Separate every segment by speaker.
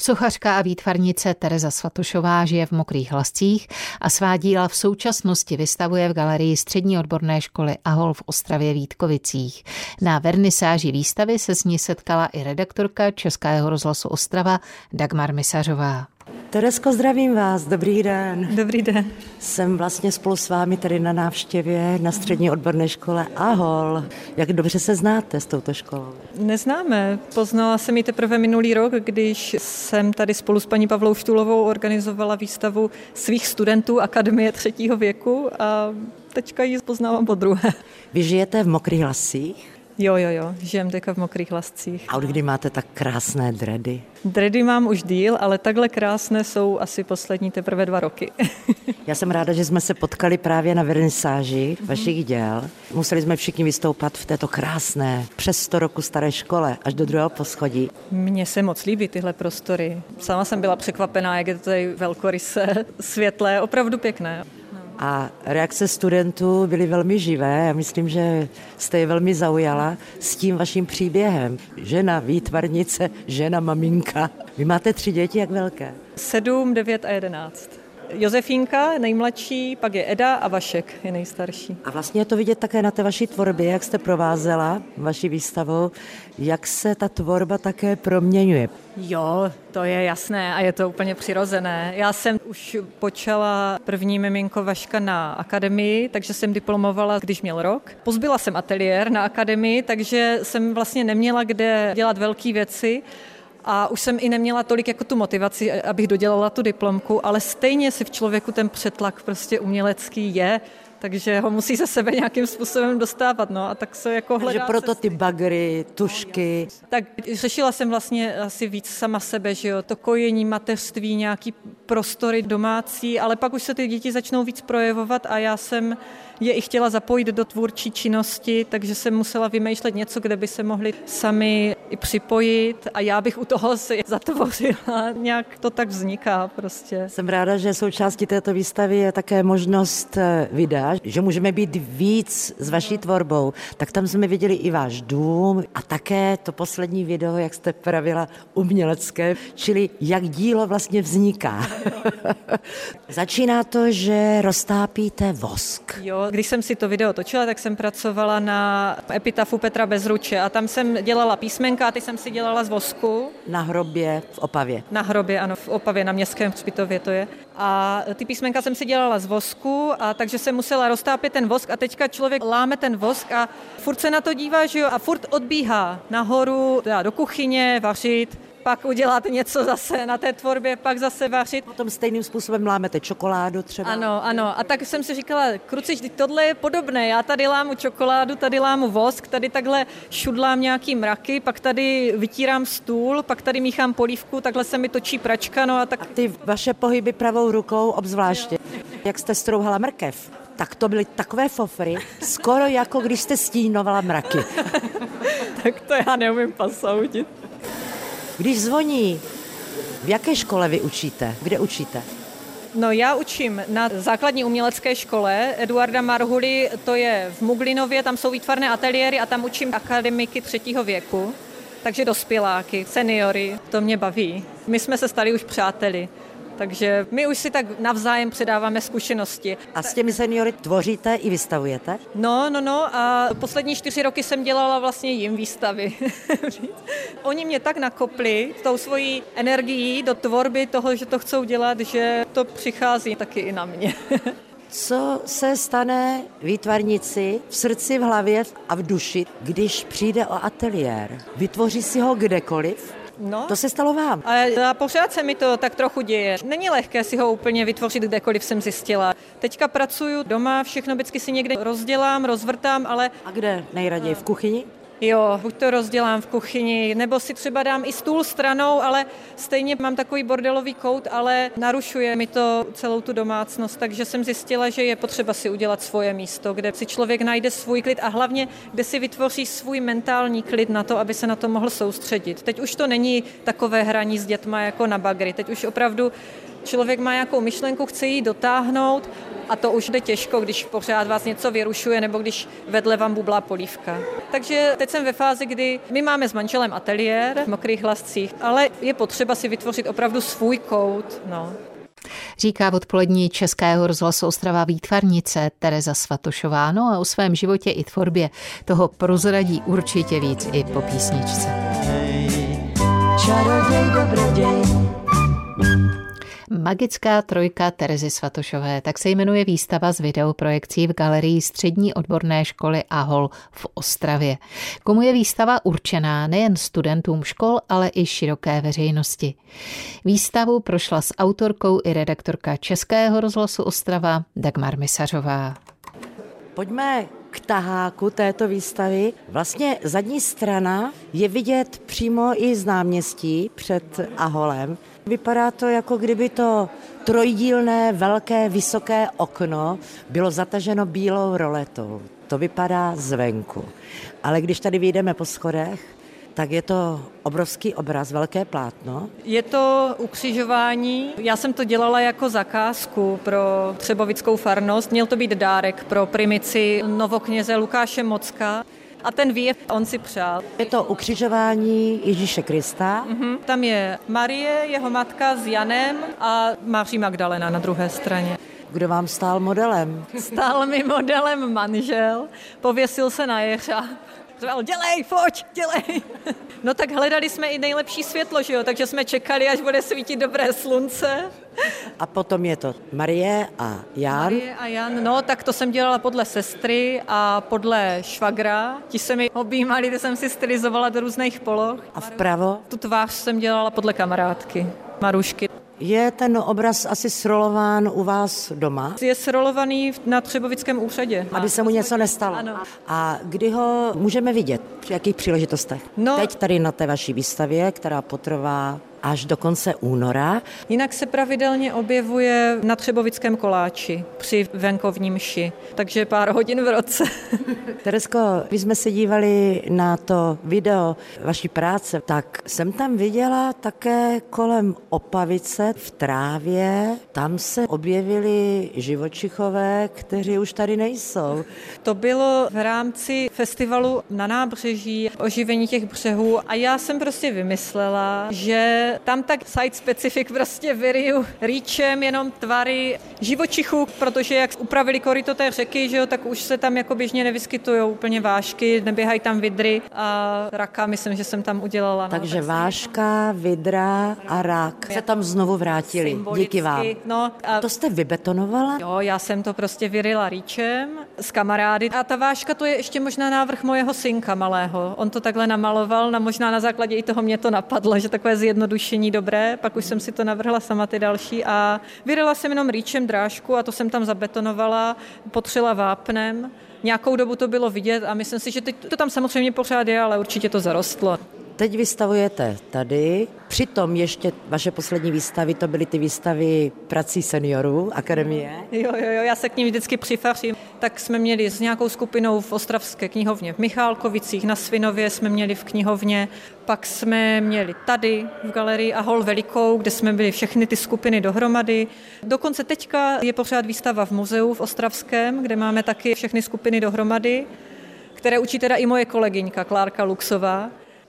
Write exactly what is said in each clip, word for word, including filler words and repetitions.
Speaker 1: Sochařka a výtvarnice Tereza Svatošová žije v Mokrých Lascích a svá díla v současnosti vystavuje v galerii Střední odborné školy Ahol v Ostravě-Vítkovicích. Na vernisáži výstavy se s ní setkala i redaktorka Českého rozhlasu Ostrava Dagmar Misařová.
Speaker 2: Terezko, zdravím vás, dobrý den.
Speaker 3: Dobrý den.
Speaker 2: Jsem vlastně spolu s vámi tady na návštěvě na Střední odborné škole Ahol. Jak dobře se znáte s touto školou?
Speaker 3: Neznáme. Poznala jsem ji teprve minulý rok, když jsem tady spolu s paní Pavlou Štulovou organizovala výstavu svých studentů Akademie třetího věku a teďka ji poznávám podruhé.
Speaker 2: Vy žijete v Mokrých Lascích?
Speaker 3: Jo, jo, jo, žijem teďka v Mokrých Lascích.
Speaker 2: A od kdy máte tak krásné dredy?
Speaker 3: Dredy mám už díl, ale takhle krásné jsou asi poslední teprve dva roky.
Speaker 2: Já jsem ráda, že jsme se potkali právě na vernisáži vašich děl. Museli jsme všichni vystoupat v této krásné, přes sto roku staré škole, až do druhého poschodí.
Speaker 3: Mně se moc líbí tyhle prostory. Sama jsem byla překvapená, jak je to tady velkoryse, světlé, opravdu pěkné.
Speaker 2: A reakce studentů byly velmi živé. Já myslím, že jste je velmi zaujala s tím vaším příběhem. Žena, výtvarnice, žena, maminka. Vy máte tři děti, jak velké?
Speaker 3: Sedm, devět a jedenáct. Josefínka, nejmladší, pak je Eda a Vašek je nejstarší.
Speaker 2: A vlastně je to vidět také na té vaší tvorbě, jak jste provázela vaši výstavou, jak se ta tvorba také proměňuje.
Speaker 3: Jo, to je jasné a je to úplně přirozené. Já jsem už počala první miminko Vaška na akademii, takže jsem diplomovala, když měl rok. Pozbyla jsem ateliér na akademii, takže jsem vlastně neměla kde dělat velké věci. A už jsem i neměla tolik jako tu motivaci, abych dodělala tu diplomku, ale stejně si v člověku ten přetlak prostě umělecký je, takže ho musí ze sebe nějakým způsobem dostávat, no a tak se jako hledá.
Speaker 2: Takže proto
Speaker 3: cesty.
Speaker 2: ty bagry, tušky.
Speaker 3: Tak řešila jsem vlastně asi víc sama sebe, že jo, to kojení, mateřství, nějaký prostory domácí, ale pak už se ty děti začnou víc projevovat a já jsem je i chtěla zapojit do tvůrčí činnosti, takže jsem musela vymýšlet něco, kde by se mohli sami i připojit a já bych u toho se zatvořila. Nějak to tak vzniká prostě.
Speaker 2: Jsem ráda, že součástí této výstavy je také možnost videa, že můžeme být víc s vaší tvorbou. Tak tam jsme viděli i váš dům a také to poslední video, jak jste pravila, umělecké, čili jak dílo vlastně vzniká. Začíná to, že roztápíte vosk.
Speaker 3: Jo, když jsem si to video točila, tak jsem pracovala na epitafu Petra Bezruče a tam jsem dělala písmenka a ty jsem si dělala z vosku.
Speaker 2: Na hrobě v Opavě.
Speaker 3: Na hrobě, ano, v Opavě, na Městském hřbitově to je. A ty písmenka jsem si dělala z vosku a takže jsem musela roztápět ten vosk a teďka člověk láme ten vosk a furt se na to dívá, že jo, a furt odbíhá nahoru, teda do kuchyně, vařit, pak udělat něco zase na té tvorbě, pak zase vařit.
Speaker 2: Potom stejným způsobem lámete čokoládu třeba.
Speaker 3: Ano, ano. A tak jsem si říkala, kruciš, tohle je podobné. Já tady lámu čokoládu, tady lámu vosk, tady takhle šudlám nějaký mraky, pak tady vytírám stůl, pak tady míchám polívku, takhle se mi točí pračka, no a tak.
Speaker 2: A ty vaše pohyby pravou rukou obzvláště. Jo. Jak jste strouhala mrkev, tak to byly takové fofry, skoro jako když jste stínovala mraky.
Speaker 3: Tak to já neumím pasoudit.
Speaker 2: Když zvoní, v jaké škole vy učíte? Kde učíte?
Speaker 3: No já učím na základní umělecké škole Eduarda Marhuly, to je v Muglinově, tam jsou výtvarné ateliéry a tam učím akademiky třetího věku, takže dospěláky, seniory, to mě baví. My jsme se stali už přáteli. Takže my už si tak navzájem předáváme zkušenosti.
Speaker 2: A s těmi seniory tvoříte i vystavujete?
Speaker 3: No, no, no a poslední čtyři roky jsem dělala vlastně jim výstavy. Oni mě tak nakopli tou svojí energií do tvorby toho, že to chcou dělat, že to přichází taky i na mě.
Speaker 2: Co se stane výtvarnici v srdci, v hlavě a v duši, když přijde o ateliér? Vytvoří si ho kdekoliv?
Speaker 3: No.
Speaker 2: To se stalo vám.
Speaker 3: A pořád se mi to tak trochu děje. Není lehké si ho úplně vytvořit kdekoliv, jsem zjistila. Teďka pracuju doma, všechno vždycky si někde rozdělám, rozvrtám, ale...
Speaker 2: A kde nejraději? V kuchyni?
Speaker 3: Jo, buď to rozdělám v kuchyni, nebo si třeba dám i stůl stranou, ale stejně mám takový bordelový kout, ale narušuje mi to celou tu domácnost, takže jsem zjistila, že je potřeba si udělat svoje místo, kde si člověk najde svůj klid a hlavně, kde si vytvoří svůj mentální klid na to, aby se na to mohl soustředit. Teď už to není takové hraní s dětma jako na bagry, teď už opravdu člověk má nějakou myšlenku, chce ji dotáhnout A to už jde těžko, když pořád vás něco vyrušuje nebo když vedle vám bublá polívka. Takže teď jsem ve fázi, kdy my máme s manželem ateliér v Mokrých Lascích, ale je potřeba si vytvořit opravdu svůj kout. No.
Speaker 1: Říká v odpolední Českého rozhlasu Ostrava výtvarnice Tereza Svatošová. No a o svém životě i tvorbě toho prozradí určitě víc i po písničce.
Speaker 2: Čaroděj, dobroděj.
Speaker 1: Magická trojka Terezy Svatošové, tak se jmenuje výstava z videoprojekcí v galerii Střední odborné školy Ahol v Ostravě. Komu je výstava určená? Nejen studentům škol, ale i široké veřejnosti. Výstavu prošla s autorkou i redaktorka Českého rozhlasu Ostrava Dagmar Misařová.
Speaker 2: Pojďme k taháku této výstavy. Vlastně zadní strana je vidět přímo i z náměstí před Aholem. Vypadá to, jako kdyby to trojdílné, velké, vysoké okno bylo zataženo bílou roletou. To vypadá zvenku. Ale když tady vyjdeme po schodech, tak je to obrovský obraz, velké plátno.
Speaker 3: Je to ukřižování. Já jsem to dělala jako zakázku pro Třebovickou farnost. Měl to být dárek pro primici novokněze Lukáše Mocka. A ten výjev on si přál.
Speaker 2: Je to ukřižování Ježíše Krista.
Speaker 3: Mhm. Tam je Marie, jeho matka s Janem a Maří Magdalena na druhé straně.
Speaker 2: Kdo vám stál modelem?
Speaker 3: Stál mi modelem manžel, pověsil se na jeřáb. Řval, dělej, pojď, dělej. No tak hledali jsme i nejlepší světlo, že jo? Takže jsme čekali, až bude svítit dobré slunce.
Speaker 2: A potom je to Marie a Jan.
Speaker 3: Marie a Jan, no tak to jsem dělala podle sestry a podle švagra. Ti se mi objímali, ty jsem si stylizovala do různých poloh.
Speaker 2: A vpravo?
Speaker 3: Tu tvář jsem dělala podle kamarádky, Marušky.
Speaker 2: Je ten obraz asi srolován u vás doma?
Speaker 3: Je srolovaný na Třebovickém úřadě.
Speaker 2: Aby se mu něco nestalo.
Speaker 3: Ano.
Speaker 2: A kdy ho můžeme vidět? Při jakých příležitostech?
Speaker 3: No,
Speaker 2: teď tady na té vaší výstavě, která potrvá až do konce února.
Speaker 3: Jinak se pravidelně objevuje na Třebovickém koláči při venkovní mši, takže pár hodin v roce.
Speaker 2: Teresko, když jsme se dívali na to video vaší práce, tak jsem tam viděla také kolem Opavice v trávě. Tam se objevili živočichové, kteří už tady nejsou.
Speaker 3: To bylo v rámci festivalu na nábřeží, oživení těch břehů a já jsem prostě vymyslela, že tam tak site specific prostě vyriju rýčem jenom tvary živočichů, protože jak upravili koryto té řeky, že jo, tak už se tam jako běžně nevyskytují úplně vášky, neběhají tam vidry a raka, myslím, že jsem tam udělala.
Speaker 2: Takže
Speaker 3: no,
Speaker 2: váška, vidra a rak se tam znovu vrátili.
Speaker 3: Symbolicky,
Speaker 2: díky vám.
Speaker 3: No, a
Speaker 2: to jste vybetonovala?
Speaker 3: Jo, já jsem to prostě vyryla rýčem s kamarády a ta váška to je ještě možná návrh mojeho synka malého. On to takhle namaloval, na možná na základě i toho mě to napadlo, že takové zjednodušení dobré, pak už jsem si to navrhla sama ty další a vyryla jsem jenom rýčem drážku a to jsem tam zabetonovala, potřela vápnem. Nějakou dobu to bylo vidět a myslím si, že teď to tam samozřejmě pořád je, ale určitě to zarostlo.
Speaker 2: Teď vystavujete tady, přitom ještě vaše poslední výstavy, to byly ty výstavy prací seniorů Akademie.
Speaker 3: Jo, jo, jo, já se k ním vždycky přifařím. Tak jsme měli s nějakou skupinou v Ostravské knihovně v Michálkovicích, na Svinově jsme měli v knihovně, pak jsme měli tady v galerii Ahol velikou, kde jsme byli všechny ty skupiny dohromady. Dokonce teďka je pořád výstava v muzeu v Ostravském, kde máme taky všechny skupiny dohromady, které učí teda i moje kolegyňka Klárka Luxová.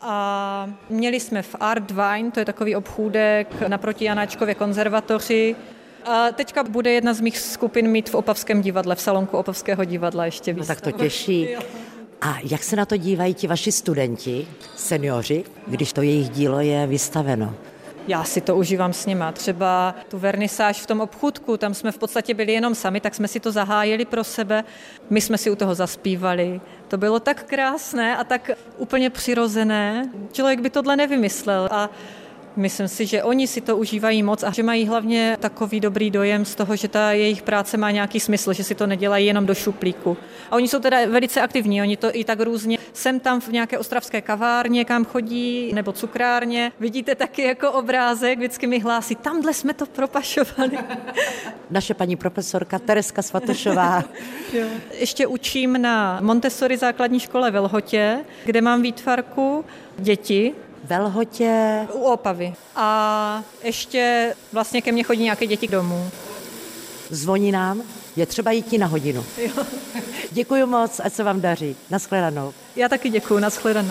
Speaker 3: A měli jsme v Art Wine, to je takový obchůdek naproti Janáčkově konzervatoři. A teďka bude jedna z mých skupin mít v Opavském divadle, v salonku Opavského divadla ještě výstavu.
Speaker 2: No tak to těší. A jak se na to dívají ti vaši studenti, seniori, když to jejich dílo je vystaveno?
Speaker 3: Já si to užívám s nima. Třeba tu vernisáž v tom obchůdku, tam jsme v podstatě byli jenom sami, tak jsme si to zahájili pro sebe. My jsme si u toho zaspívali. To bylo tak krásné a tak úplně přirozené. Člověk by tohle nevymyslel a myslím si, že oni si to užívají moc a že mají hlavně takový dobrý dojem z toho, že ta jejich práce má nějaký smysl, že si to nedělají jenom do šuplíku. A oni jsou teda velice aktivní, oni to i tak různě sem tam v nějaké ostravské kavárně, kam chodí, nebo cukrárně. Vidíte taky jako obrázek, vždycky mi hlásí, tamhle jsme to propašovali.
Speaker 2: Naše paní profesorka Tereska Svatošová.
Speaker 3: Jo. Ještě učím na Montessori základní škole ve Lhotě, kde mám výtvarku děti,
Speaker 2: Ve Lhotě.
Speaker 3: U Opavy. A ještě vlastně ke mně chodí nějaké děti domů.
Speaker 2: zvoní nám, je třeba jít na hodinu.
Speaker 3: Jo.
Speaker 2: Děkuji moc, ať se vám daří. Naschledanou.
Speaker 3: Já taky děkuji, naschledanou.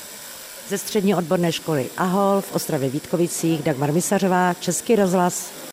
Speaker 2: Ze střední odborné školy Ahol v Ostravě Vítkovicích Dagmar Misařová, Český rozhlas.